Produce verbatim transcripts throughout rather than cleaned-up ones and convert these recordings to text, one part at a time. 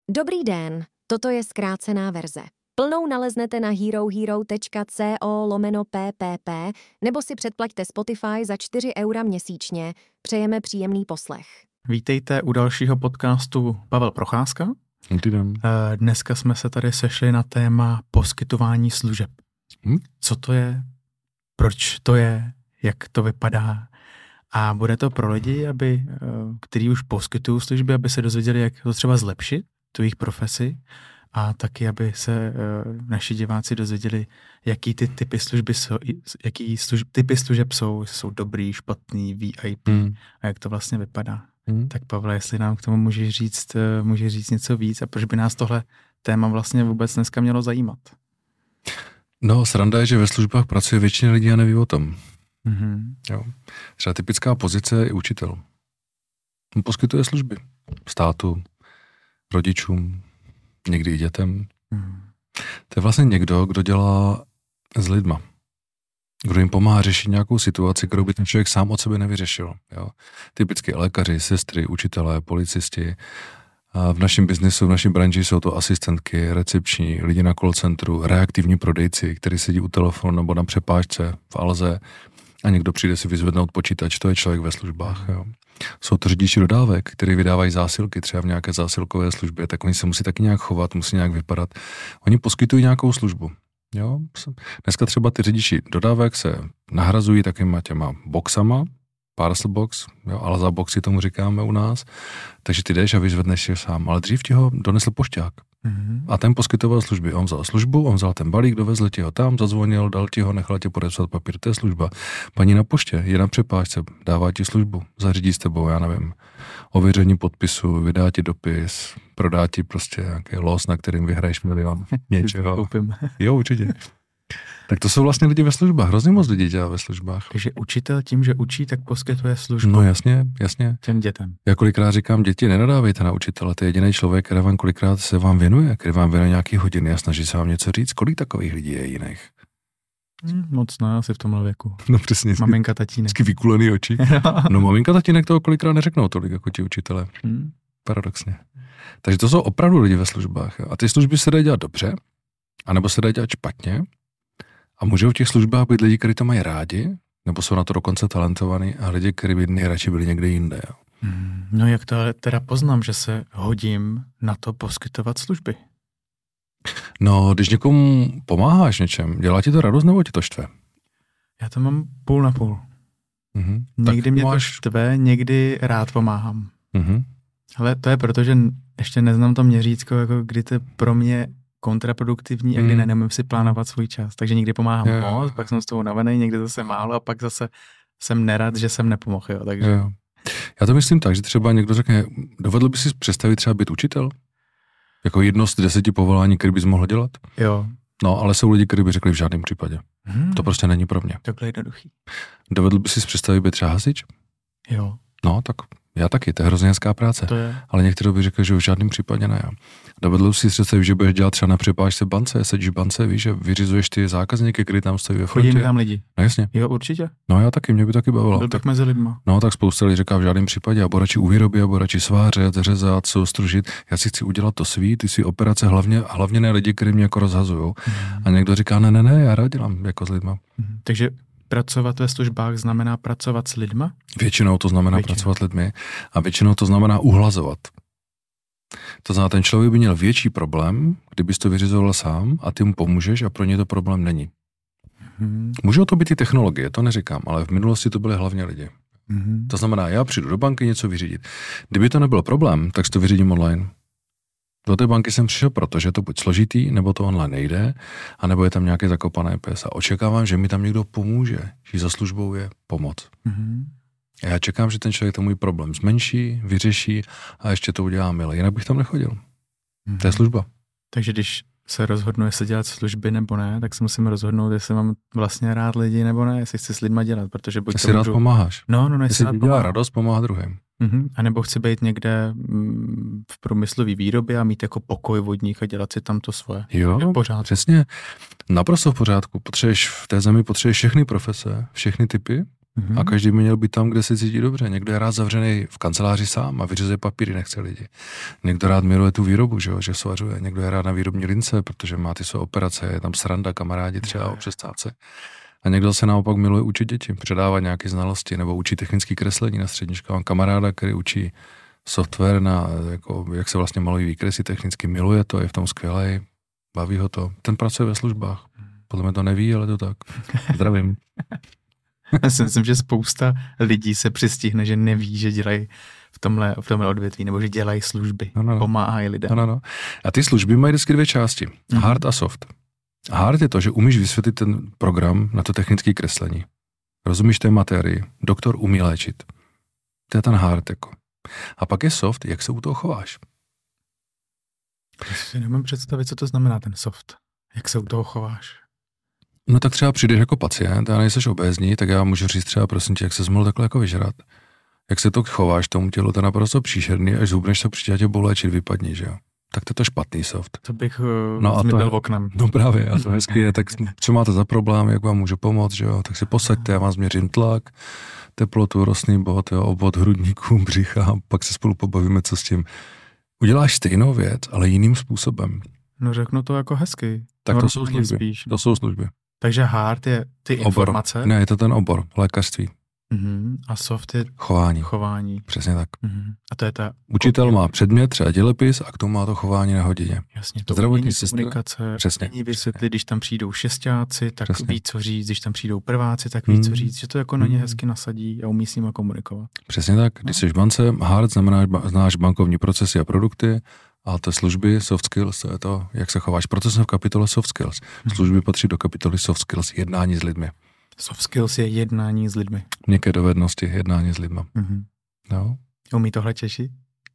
Dobrý den, toto je zkrácená verze. Plnou naleznete na herohero.co lomeno ppp nebo si předplaťte Spotify za čtyři eura měsíčně. Přejeme příjemný poslech. Vítejte u dalšího podcastu Pavel Procházka. Dobrý den. Dneska jsme se tady sešli na téma poskytování služeb. Hm? Co to je? Proč to je? Jak to vypadá? A bude to pro lidi, aby, kteří už poskytují služby, aby se dozvěděli, jak to třeba zlepšit, tu jejich profesi, a taky, aby se naši diváci dozvěděli, jaký ty typy služby jsou, jaký služb, typy služeb jsou, jsou dobrý, špatný, V I P hmm. a jak to vlastně vypadá. Hmm. Tak Pavle, jestli nám k tomu můžeš říct, můžeš říct něco víc a proč by nás tohle téma vlastně vůbec dneska mělo zajímat? No, sranda je, že ve službách pracuje většina lidí a neví o tom. Mm-hmm. Jo. Třeba typická pozice je učitel. On poskytuje služby státu, rodičům, někdy i dětem. Mm. To je vlastně někdo, kdo dělá s lidma. Kdo jim pomáhá řešit nějakou situaci, kterou by ten člověk sám od sebe nevyřešil. Jo. Typicky lékaři, sestry, učitelé, policisti. A v našem biznesu, v naší branži jsou to asistentky, recepční, lidi na call centru, reaktivní prodejci, kteří sedí u telefonu nebo na přepážce v Alze a někdo přijde si vyzvednout počítač, to je člověk ve službách. Jo. Jsou to řidiči dodávek, kteří vydávají zásilky třeba v nějaké zásilkové službě, tak oni se musí taky nějak chovat, musí nějak vypadat. Oni poskytují nějakou službu. Jo. Dneska třeba ty řidiči dodávek se nahrazují takovýma těma boxama, parcel box, jo, ale za boxy tomu říkáme u nás, takže ty jdeš a vyzvedneš je sám, ale dřív ti ho donesl pošťák. Mm-hmm. A ten poskytoval služby. On vzal službu, on vzal ten balík, dovezl ti ho tam, zazvonil, dal ti ho, nechal tě podepsat papír, to je služba. Paní na poště je na přepážce, dává ti službu, zařídí s tebou, já nevím, ověření podpisu, vydá ti dopis, prodá ti prostě nějaký los, na kterým vyhraješ milion něčeho. Koupím. Jo, určitě. Tak to jsou vlastně lidi ve službách, hrozně moc lidí dělá ve službách. Takže učitel tím, že učí, tak poskytuje službu. No jasně, jasně. Těm dětem. Já kolikrát říkám, děti, nenadávejte na učitele, to je jediný člověk, který vám kolikrát se vám věnuje, který vám věnuje nějaký hodiny a snaží se vám něco říct. Kolik takových lidí je jiných? Hmm, moc ne, asi v tomhle věku. No přesně. Maminka, tatínek. Vždycky vykulený oči. No maminka, tatínek toho kolikrát neřeknou tolik jako ti učitele. Hmm. Paradoxně. Takže to jsou opravdu lidi ve službách. Jo. A ty služby se dají dělat dobře, anebo se dají dělat špatně. A můžou v těch službách být lidi, kteří to mají rádi, nebo jsou na to dokonce talentovaní, a lidi, kteří by nejradši byli někde jinde. Jo. Hmm, no jak to teda poznám, že se hodím na to poskytovat služby? No, když někomu pomáháš něčem, dělá ti to radost nebo ti to štve? Já to mám půl na půl. Mm-hmm. Někdy tak mě máš... to štve, někdy rád pomáhám. Mm-hmm. Ale to je proto, že ještě neznám to měřítko, jako kdy to je pro mě kontraproduktivní a kdy mm. nemůžu si plánovat svůj čas. Takže někdy pomáhám jo, moc, pak jsem z toho unavený, někdy zase málo a pak zase jsem nerad, že jsem nepomohl. Jo, takže... jo. Já to myslím tak, že třeba někdo řekne, dovedl by si představit třeba být učitel? Jako jedno z deseti povolání, který bys mohl dělat? Jo. No, ale jsou lidi, kteří by řekli v žádném případě. Hmm. To prostě není pro mě. Takhle jednoduchý. Dovedl by si představit být třeba hasič? Jo. No, tak já taky, to je hrozně hezká práce. To je. Ale některý by řekl, že v žádném případě ne. Dovedl si představit, že budeš dělat třeba na přepážce bance, sedíš v bance, víš, že vyřizuješ ty zákazníky, kteří tam stojí ve frontě. Chodí tam lidi. No jasně. Jo, určitě. No já taky, mě by taky bavilo. Byl tak bych mezi lidma. No tak spousta lidí říká v žádném případě, abo radši u výroby, abo radši svářet, řezat, soustružit. Já si chci udělat to svý, ty si operace hlavně, hlavně ne lidi, kteří mě jako rozhazujou. Hmm. A někdo říká, ne, ne, ne, já rád dělám jako s lidma. Hmm. Takže pracovat ve službách znamená pracovat s lidma? Většinou to znamená většinou. pracovat s lidmi a většinou to znamená uhlazovat. To znamená, ten člověk by měl větší problém, kdybys to vyřizoval sám a ty mu pomůžeš a pro ně to problém není. Hmm. Můžou to být i technologie, to neříkám, ale v minulosti to byly hlavně lidi. Hmm. To znamená, já přijdu do banky něco vyřídit. Kdyby to nebyl problém, tak si to vyřídím online. Do té banky jsem přišel, protože to buď složitý, nebo to online nejde, anebo je tam nějaký zakopaný pes. A očekávám, že mi tam někdo pomůže, že za službou je pomoc. Hmm. A já čekám, že ten člověk ten můj problém zmenší, vyřeší a ještě to udělá milé. Jinak bych tam nechodil. Hmm. To je služba. Takže když se rozhodnu, jestli dělat služby nebo ne, tak se musím rozhodnout, jestli mám vlastně rád lidi nebo ne, jestli chci s lidma dělat, protože buď Jestli to rád můžu... pomáháš. No, no, no, jestli rád ti dělá pomáhám. radost, pomáhá druhým. Uh-huh. A nebo chci být někde mm, v průmyslové výrobě a mít jako pokoj vodník a dělat si tam to svoje. Jo, pořád. Přesně. Naprosto v pořádku. Potřebuješ, v té zemi potřebuješ všechny profese, všechny typy Mm-hmm. A každý by měl být tam, kde se cítí dobře. Někdo je rád zavřený v kanceláři sám a vyřizuje papíry, nechce lidi. Někdo rád miluje tu výrobu, že, že svařuje. Někdo je rád na výrobní lince, protože má ty své operace, je tam sranda, kamarádi třeba o přestávce. A někdo se naopak miluje učit děti, předávat nějaké znalosti nebo učit technické kreslení na střední škole. Mám kamaráda, který učí software na, jako, jak se vlastně malují výkresy technicky, miluje to, je v tom skvělej, baví ho to. Ten pracuje ve službách. Podle mě to neví, ale to tak. Zdravím. Já si myslím, že spousta lidí se přistihne, že neví, že dělají v tomhle, v tomhle odvětví, nebo že dělají služby, no, no, no. pomáhají lidem. No, no. A ty služby mají vždycky dvě části. Mm-hmm. Hard a soft. Hard je to, že umíš vysvětlit ten program na to technické kreslení. Rozumíš té materii. Doktor umí léčit. To je ten hard jako. A pak je soft, jak se u toho chováš. Já si nemám představit, co to znamená ten soft. Jak se u toho chováš. No tak třeba přijdeš jako pacient a nejseš obézní, tak já můžu říct třeba, prosím tě, jak se mohl takhle jako vyžrat. Jak se to chováš tomu tělu, to je naprosto příšerný, až zhubneš, tak přijde tě boléčit, vypadni, že jo. Tak to je to špatný soft. To bych uh, no zmydlel oknem. No právě, a to hezky je, tak co máte za problém, jak vám můžu pomoct, že jo, tak si posaďte, já vám změřím tlak, teplotu, rostný bod, jo, obvod hrudníků, břicha, a pak se spolu pobavíme, co s tím. Uděláš stejnou věc, ale jiným způsobem. No řeknu to jako hezky. Tak to jsou služby. Spíš, no. To jsou služby. Takže hard je ty obor. Informace. Ne, je to ten obor, lékařství. Uh-huh. A soft je chování. chování. Přesně tak. Uh-huh. A to je ta... Učitel kopie. Má předmět, třeba dělepis a k tomu má to chování na hodině. Jasně, to zdravotní komunikace. Přesně. Není vysvětlit, když tam přijdou šestáci, tak Přesně. ví, co říct, když tam přijdou prváci, tak ví, hmm. co říct, že to jako na ně hezky nasadí a umí s nimi komunikovat. Přesně tak. Když jsi v bance, hard znamená, znáš bankovní procesy a produkty, a ty služby, soft skills, to je to, jak se chováš. Proto jsem v kapitole soft skills. Služby patří do kapitoly soft skills, jednání s lidmi. Soft skills je jednání s lidmi. Měkké dovednosti, jednání s lidmi. Mm-hmm. No. Umí tohle Češi?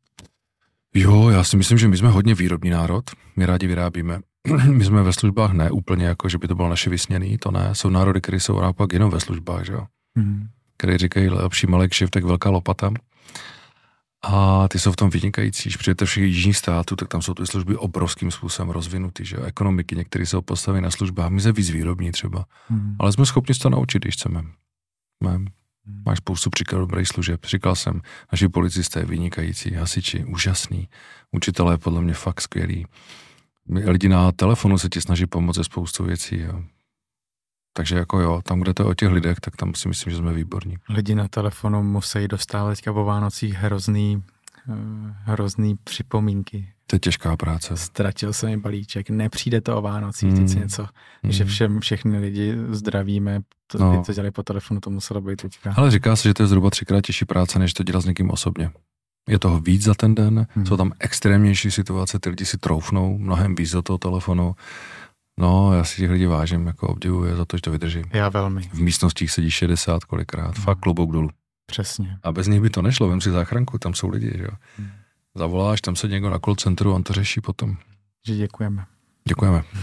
Jo, já si myslím, že my jsme hodně výrobní národ. My rádi vyrábíme. My jsme ve službách ne úplně jako, že by to bylo naše vysněný, to ne. Jsou národy, které jsou naopak jenom ve službách, že jo. Mm-hmm. Které říkají lepší malý kšeft, tak velká lopata. A ty jsou v tom vynikající. Když přijete všech jižních států, tak tam jsou ty služby obrovským způsobem rozvinutý, že ekonomiky, některé jsou postaveny na službách, my jsme víc výrobní třeba. Hmm. Ale jsme schopni se to naučit, když chceme. Mám. Máš spoustu příkladů dobrých služeb. Říkal jsem, naši policisté vynikající, hasiči, úžasný, učitelé podle mě fakt skvělí. Lidi na telefonu se ti snaží pomoct ze spoustu věcí. Jo. Takže jako jo, tam, kde to je o těch lidech, tak tam si myslím, že jsme výborní. Lidi na telefonu musí dostávat teďka po Vánocích hrozný, hrozný připomínky. To je těžká práce. Ztratil se mi balíček, nepřijde to o Vánocích, mm. teď něco, mm. že všem, všechny lidi zdravíme, to, no. Ty, co dělají po telefonu, to muselo být teďka. Ale říká se, že to je zhruba třikrát těžší práce, než to dělat s někým osobně. Je toho víc za ten den, mm. jsou tam extrémnější situace, ty lidi si troufnou mnohem víc do toho telefonu. No, já si těch lidí vážím, jako obdivuji za to, že to vydrží. Já velmi. V místnostích sedí šedesát kolikrát, mm. fakt klobouk dolů. Přesně. A bez nich by to nešlo, vem si záchranku, tam jsou lidi, že jo. Mm. Zavoláš, tam se někdo na call centru, on to řeší potom. Že děkujeme. Děkujeme. Mm.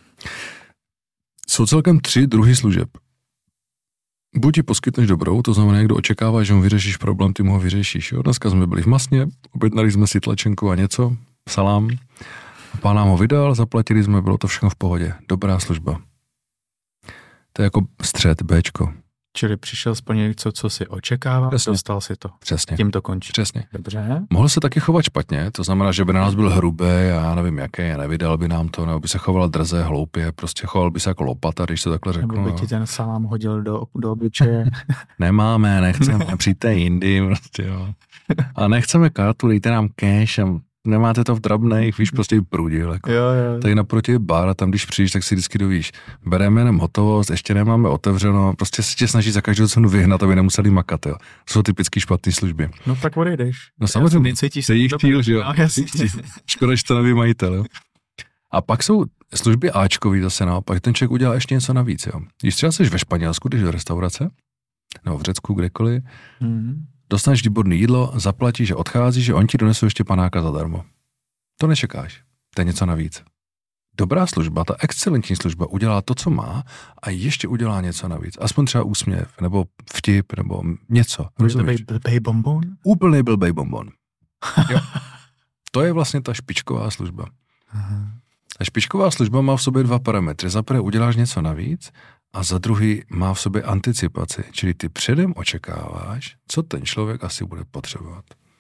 Jsou celkem tři druhy služeb. Buď ti poskytneš dobrou, to znamená, někdo očekává, že mu vyřešíš problém, ty mu ho vyřešíš. Jo? Dneska jsme byli v Masně, objednali jsme si tlačenku a něco, salám. Pán nám ho vydal, zaplatili jsme, bylo to všechno v pohodě. Dobrá služba. To je jako střed, Bčko. Čili přišel splnit něco, co si očekával, Přesně. Dostal si to. Přesně. Tím to končí. Přesně. Dobře. Mohl se taky chovat špatně, to znamená, že by na nás byl hrubý a já nevím jaký, nevydal by nám to, nebo by se choval drze, hloupě, prostě choval by se jako lopata, když to takhle řeknu. Nebo by ti ten salám hodil do, do obličeje. Nemáme, nechceme, přijďte jindy, prostě jo. A nechceme kartu, dejte nám cash a nemáte to v drobných, víš, prostě prudil. Jako. Jo, jo. Tady naproti je bar a tam, když přijdeš, tak si vždycky dovíš. Bereme jenom hotovost, ještě nemáme otevřeno, prostě se tě snaží za každou cenu vyhnat, aby nemuseli makat, jo. To jsou typicky špatné služby. No tak odejdeš. No samozřejmě, necítíš se jich chtěl, že jo. No, jasný. Škoda, že to neví majitel, jo. A pak jsou služby áčkový zase naopak, ten člověk udělá ještě něco navíc, jo. Když třeba jsi ve Španělsku, když do restaurace, nebo v Řecku, kdekoliv, mm-hmm. dostaneš výborné jídlo, zaplatíš, že odcházíš, že on ti donesou ještě panáka zadarmo. To nečekáš. To je něco navíc. Dobrá služba, ta excelentní služba udělá to, co má a ještě udělá něco navíc. Aspoň třeba úsměv, nebo vtip, nebo něco. Rozumíš? Blbej bonbon? Úplný blbej bonbon. Jo. To je vlastně ta špičková služba. Aha. Ta špičková služba má v sobě dva parametry. Za prvé uděláš něco navíc a za druhý má v sobě anticipaci, čili ty předem očekáváš, co ten člověk asi bude potřebovat.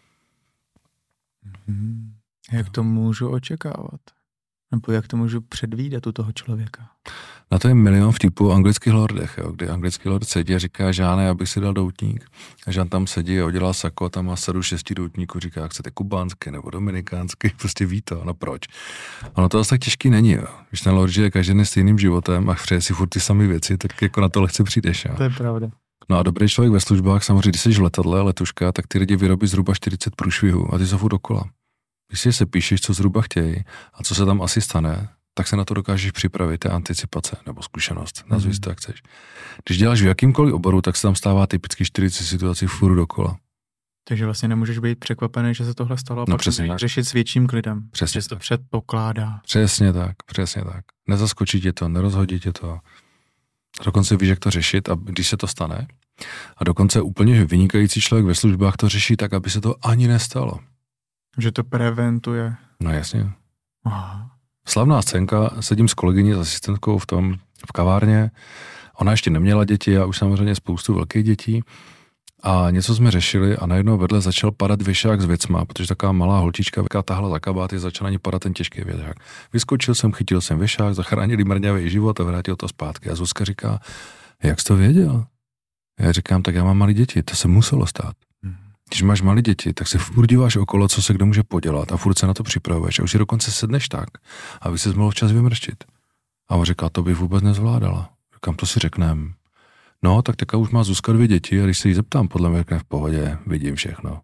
Hmm. Jak to můžu očekávat? Nebo jak to můžu předvídat u toho člověka? Na to je milion vtipů o anglických lordech, jo, kdy anglický lord sedí a říká, Žáne, abych si dal doutník. A Žán tam sedí a udělá sako a tam má sadu šesti doutníků, říká, chcete kubánský nebo dominikánský, prostě ví to, no proč. Ono to asi tak těžký není, jo. Když ten lord žije každý den stejným životem a přeje si furt ty samé věci, tak jako na to lehce přijdeš. Jo. To je pravda. No a dobrý člověk ve službách, samozřejmě, když jsi v letadle, letuška, tak ty lidi vyrobí zhruba čtyřicet průšvihů a ty jsou furt dokola. Když si se píšeš, co zhruba chtějí a co se tam asi stane, tak se na to dokážeš připravit, ta anticipace nebo zkušenost, nazvi mm. to, jak chceš. Když děláš v jakýmkoliv oboru, tak se tam stává typicky čtyřicet situací furt dokola. Takže vlastně nemůžeš být překvapený, že se tohle stalo a no, pak přesně tak. řešit s větším klidem. Přesně že se to předpokládá. Přesně tak, přesně tak. Nezaskočí tě to, nerozhodí tě to. Dokonce víš, jak to řešit, a když se to stane. A dokonce úplně vynikající člověk ve službách to řeší tak, aby se to ani nestalo. Že to preventuje. No jasně. Aha. Slavná scénka, sedím s kolegyní, s asistentkou v tom, v kavárně. Ona ještě neměla děti, já už samozřejmě spoustu velkých dětí. A něco jsme řešili a najednou vedle začal padat věšák s věcma, protože taková malá holčička tahla za kabát a začal na ní padat ten těžký věšák. Vyskočil jsem, chytil jsem věšák, zachránil mrňavý život a vrátil to zpátky. A Zuzka říká, jak jsi to věděl? Já říkám, tak já mám malé děti, to se muselo stát. Když máš malé děti, tak se furt díváš okolo, co se kdo může podělat a furt se na to připravuješ a už si dokonce sedneš tak, aby se mohl včas vymrštit. A on říká, to bych vůbec nezvládala. Říkám, to si řeknem. No, tak taká už má Zuzka dvě děti a když se jí zeptám, podle mě řekne v pohodě, vidím všechno.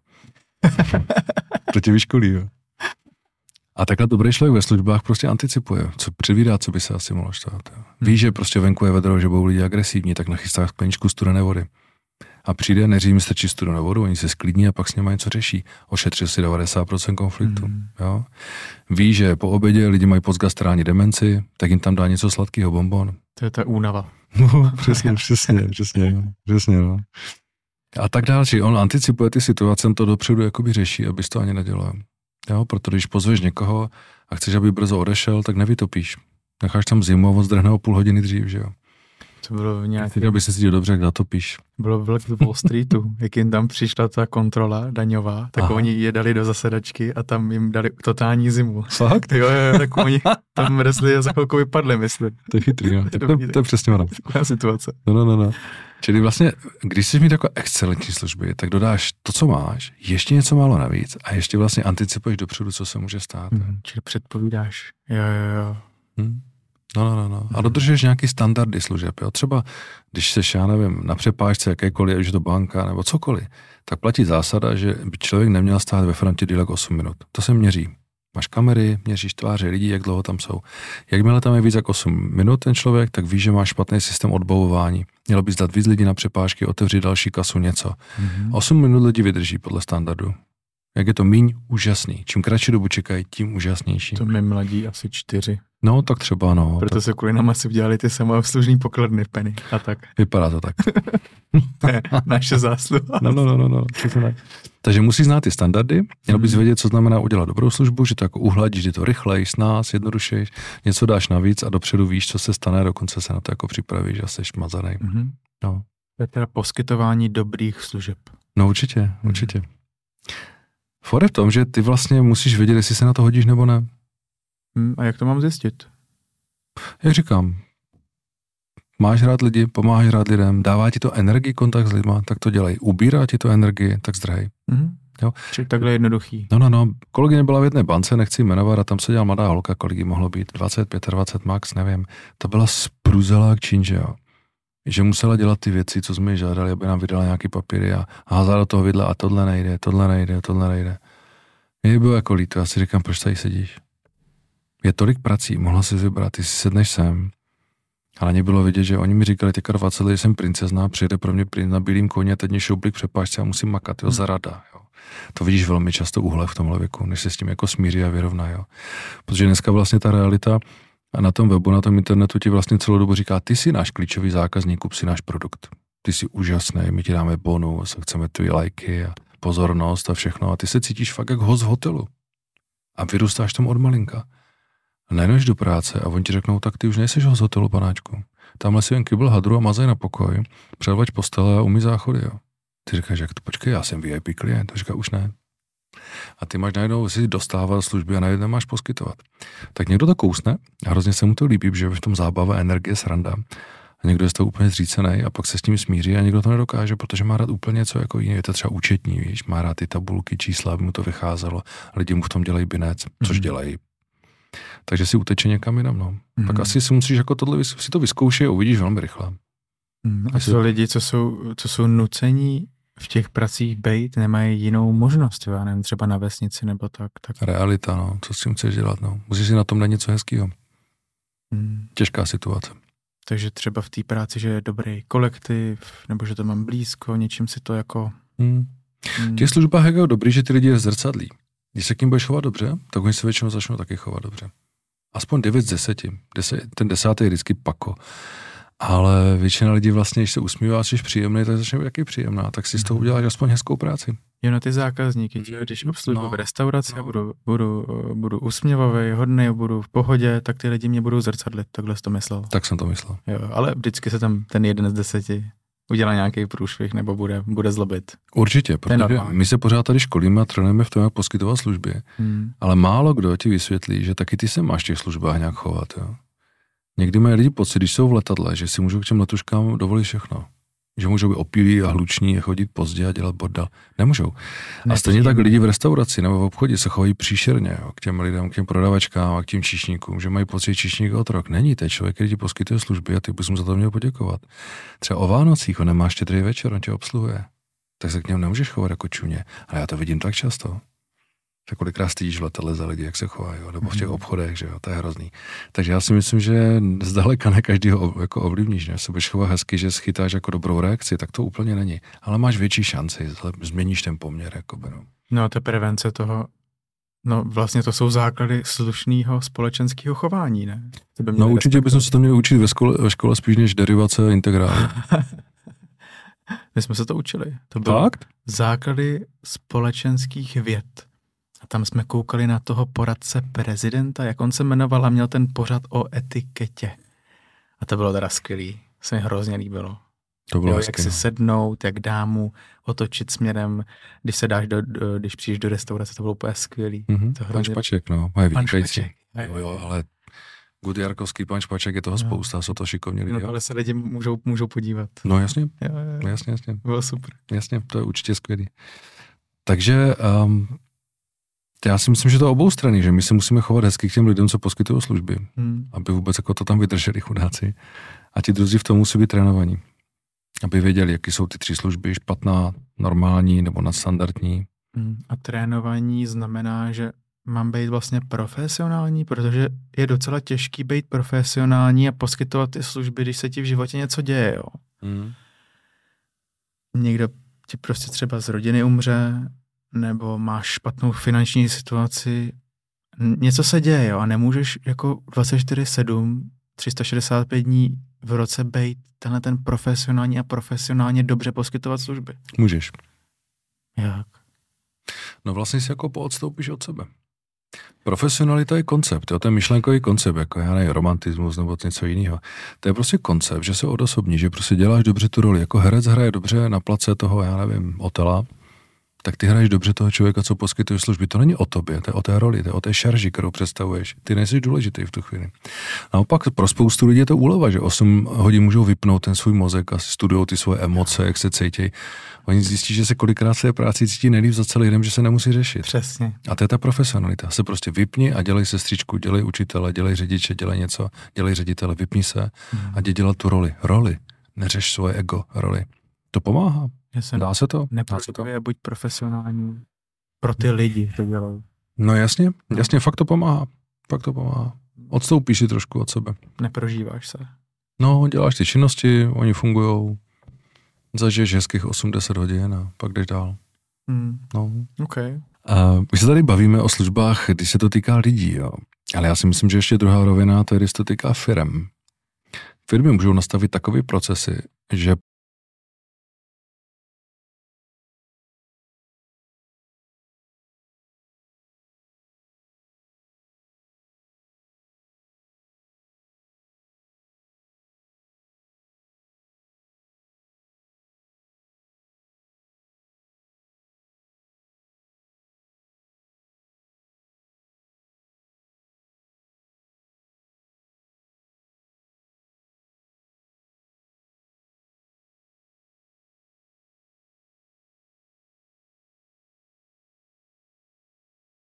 To tě vyškolí, jo. A takhle dobrý člověk ve službách prostě anticipuje, co předvídá, co by se asi mohlo stát. Ví, že prostě venku je vedro, že budou lidi agresivní, tak nachystá skleničku studené vody. A přijde, neří jim strčí studenou vodu, oni se sklidní a pak s nimi něco řeší. Ošetřil si devadesát procent konfliktu. Mm. Jo? Ví, že po obědě lidi mají postgastrální demenci, tak jim tam dá něco sladkého, bonbon. To je ta únava. No, přesně, přesně, přesně, přesně, no. A tak dále, či on anticipuje ty situace, on to dopředu jakoby řeší, abys to ani nedělal. Jo, protože když pozveš někoho a chceš, aby brzo odešel, tak nevytopíš. Necháš tam zimu a on zdrhne o půl hodiny dřív, že jo. To bylo v nějaký... Teď, aby se cítil dobře, jak zatopíš. Bylo v Wall Streetu, jak jim tam přišla ta kontrola daňová, tak Aha. oni je dali do zasedačky a tam jim dali totální zimu. Fakt? Jo, jo, tak oni tam mrzli a za chvilku vypadli, myslím. To je chytrý, no. to, to, to je přesně ono. Taková situace. No, no, no, no. Čili vlastně, když jsi mít takové excelentní služby, tak dodáš to, co máš, ještě něco málo navíc a ještě vlastně anticipuješ dopředu, co se může stát. Hmm, čili předpovídáš. Jo, jo, jo. Hmm. No, no, no, no. A dodržuješ nějaký standardy služeb, jo. Třeba, když seš, já nevím, na přepážce jakékoliv, už to banka nebo cokoliv, tak platí zásada, že by člověk neměl stát ve frontě díl jak osm minut. To se měří. Máš kamery, měříš tváře lidí, jak dlouho tam jsou. Jakmile tam je víc jak osm minut ten člověk, tak víš, že máš špatný systém odbavování. Mělo bys dát víc lidí na přepážky, otevřít další kasu, něco. Mm-hmm. osm minut lidi vydrží podle standardu. Jak je to míň, úžasný. Čím kratší dobu čekají, tím úžasnější. To my mladí asi čtyři. No, tak třeba, no. Proto tak... se kvůli nám asi udělali ty samoobslužný pokladny v Penny a tak. Vypadá to tak. To je naše zásluha. No, no, no, no, no. Takže musíš znát ty standardy, měl bys vědět, co znamená udělat dobrou službu, že to jako uhladíš, že to rychleji, s nás, jednodušeji, něco dáš navíc a dopředu víš, co se stane, dokonce se na to jako připravíš a seš mazanej. Mm-hmm. No. To je teda poskytování dobrých služeb. No určitě, mm-hmm. určitě. Fore v tom, že ty vlastně musíš vědět, jestli se na to hodíš nebo ne. Hmm, a jak to mám zjistit? Jak říkám, máš rád lidi, pomáháš rád lidem, dává ti to energii, kontakt s lidma, tak to dělej. Ubírá ti to energii, tak zdrhej. Mm-hmm. Jo? Čili takhle jednoduchý. No, no, no. Kolegyně byla v jedné bance, nechci jmenovat, a tam se dělala mladá holka, kolik jí mohlo být, dvacet, dvacet pět max, nevím. To byla spruzelá k činže, jo. Že musela dělat ty věci, co jsme jí žádali, aby nám vydala nějaký papíry a házala do toho vidla a tohle nejde, tohle nejde, tohle nejde. Mně bylo jako líto, já si říkám, proč tady sedíš? Je tolik prací, mohla si vybrat, ty si sedneš sem. Ale na ně bylo vidět, že oni mi říkali, teďka dvacet let, že jsem princezna, přijede pro mě princ na bílým koni a teď mě šoupli k přepážce a musím makat, jo, zarada, jo. To vidíš velmi často uhle v tomhle věku, než se s tím jako smíří a vyrovná, jo. Protože dneska vlastně ta realita a na tom webu, na tom internetu ti vlastně celou dobu říká, ty jsi náš klíčový zákazník, kup si náš produkt. Ty jsi úžasný, my ti dáme bonus, chceme tvý lajky a pozornost a všechno a ty se cítíš fakt jak host v hotelu. A vyrůstáš tam od malinka. A najednou jdeš do práce a oni ti řeknou, tak ty už nejseš host hotelu, panáčku. Tamhle si jen kybl hadru a mazej na pokoj, předvaď postele a umí záchody, jo. Ty říkáš, jak to, počkej, já jsem V I P klient, to říká, už ne. A ty máš najednou si dostávat služby a najednou máš poskytovat. Tak někdo to kousne a hrozně se mu to líbí, že je v tom zábava, energie, sranda. A někdo je z toho úplně zřícený a pak se s tím smíří a někdo to nedokáže, protože má rád úplně něco jako jiné. Je to třeba účetní, víš, má rád ty tabulky, čísla, aby mu to vycházelo. Lidi mu v tom dělají binec, což dělají. Takže si uteče někam jinam, no. Mm. Tak asi si musíš jako tohle, si to vyzkoušet a uvidíš velmi rychle. Mm. A jsou lidi, co jsou, co jsou nucení v těch pracích bejt, nemají jinou možnost, já nevím, třeba na vesnici nebo tak. tak. Realita, no, co s tím chceš dělat, no. Musíš si na tom dát něco hezkýho. Mm. Těžká situace. Takže třeba v té práci, že je dobrý kolektiv, nebo že to mám blízko, něčím si to jako... Mm. V těch službách je jako dobrý, že ty lidi je zrcadlí. Když se k ním budeš chovat dobře, tak oni se většinou začnou taky chovat dobře. Aspoň devět z deseti. Deset, ten desátý je vždycky pako. Ale většina lidí vlastně, když se usmívá, jsi příjemný, tak začne být taky příjemná. Tak si z toho uděláš aspoň hezkou práci. Jo, na ty zákazníky, že když obsluhuji no, v restauraci no. a budu, budu, budu usměvavý, hodný, budu v pohodě, tak ty lidi mě budou zrcadlit. Takhle jsi to myslel. Tak jsem to myslel. Jo, ale vždycky se tam ten jeden z deseti udělá nějaký průšvih nebo bude, bude zlobit. Určitě, protože my se pořád tady školíme a trénujeme v tom, jak poskytovat služby, hmm. ale málo kdo ti vysvětlí, že taky ty se máš v těch službách nějak chovat. Jo? Někdy mají lidi pocit, když jsou v letadle, že si můžou k těm letuškám dovolit všechno. Že můžou být opilí a hluční a chodit pozdě a dělat bordel. Nemůžou. A stejně tak lidi v restauraci nebo v obchodě se chovají příšerně, jo, k těm lidem, k těm prodavačkám a k těm číšníkům, že mají pocit, že číšník otrok. Není, to je člověk, který ti poskytuje služby a ty bys mu za to měl poděkovat. Třeba o Vánocích, on nemá štědrý večer, on tě obsluhuje. Tak se k němu nemůžeš chovat jako čuně. Ale já to vidím tak často. Že kolikrát stydíš v letadle za lidi, jak se chovají, nebo v těch obchodech, že jo, to je hrozný. Takže já si myslím, že zdaleka ne každýho jako ovlivníš, že se budeš chovat hezky, že schytáš jako dobrou reakci, tak to úplně není. Ale máš větší šanci, změníš ten poměr, jakoby, no. No, to je prevence toho, no vlastně to jsou základy slušného společenského chování, ne? No určitě bychom se to měli učit ve škole, ve škole spíš než derivace a integrály. My jsme se to učili. To bylo Fakt? Základy společenských věd. A tam jsme koukali na toho poradce prezidenta, jak on se jmenoval a měl ten pořad o etiketě. A to bylo teda skvělý. Se mi hrozně líbilo. To bylo jo, hezky, jak si no. sednout, jak dámu otočit směrem, když se dáš do, do, když přijdeš do restaurace, to bylo úplně skvělý. Mm-hmm. To hrozně... Pan Špaček, no. Mají vynikající. Špaček. Jo, jo, ale Gudjarkovský, pan Špaček, je toho no. spousta, jsou to šikovní lidi. No, ale se lidi můžou, můžou podívat. No jasně, jo, jo, jo. jasně, jasně. Bylo super. Jasně, to je určitě skvělý. Takže um, já si myslím, že to je oboustranný, že my se musíme chovat hezky k těm lidem, co poskytují služby, hmm. aby vůbec jako to tam vydrželi chudáci. A ti druzí v tom musí být trénovaní. Aby věděli, jaký jsou ty tři služby, špatná, normální nebo nadstandardní. Hmm. A trénování znamená, že mám být vlastně profesionální, protože je docela těžký být profesionální a poskytovat ty služby, když se ti v životě něco děje, jo. Hmm. Někdo ti prostě třeba z rodiny umře, nebo máš špatnou finanční situaci, něco se děje, jo, a nemůžeš jako dvacet čtyři sedm, tři sta šedesát pět dní v roce být tenhle ten profesionální a profesionálně dobře poskytovat služby. Můžeš. Jak? No vlastně si jako poodstoupíš od sebe. Profesionalita je koncept, jo, to je myšlenkový koncept, jako já nevím, romantismus nebo něco jiného. To je prostě koncept, že se odosobní, že prostě děláš dobře tu roli. Jako herec hraje dobře na place toho, já nevím, Otela, tak ty hraješ dobře toho člověka, co poskytuje služby. To není o tobě, to je o té roli, to je o té šarži, kterou představuješ. Ty nejsi důležitý v tu chvíli. Naopak pro spoustu lidí je to úleva, že osm hodin můžou vypnout ten svůj mozek a studujou ty svoje emoce, jak se cítí. Oni zjistí, že se kolikrát své práci cítí nejlíp za celý den, že se nemusí řešit. Přesně. A to je ta profesionalita. Se prostě vypni a dělej sestřičku, dělej učitele, dělej řidiče, dělej něco, dělej ředitele, vypni se hmm. a jdi dělat tu roli. Roli. Neřeš svoje ego, roli. To pomáhá. Dá se to? Neprojevuje, buď profesionální. Pro ty lidi to dělají. No jasně, jasně, fakt to pomáhá. Fakt to pomáhá. Odstoupíš si trošku od sebe. Neprožíváš se. No, děláš ty činnosti, oni fungujou. Zažiješ hezkých osm deset hodin a pak jdeš dál. Hmm. No. Okay. A my se tady bavíme o službách, když se to týká lidí, jo. Ale já si myslím, že ještě druhá rovina, to je, když se to týká firem. Firmy můžou nastavit takové procesy, že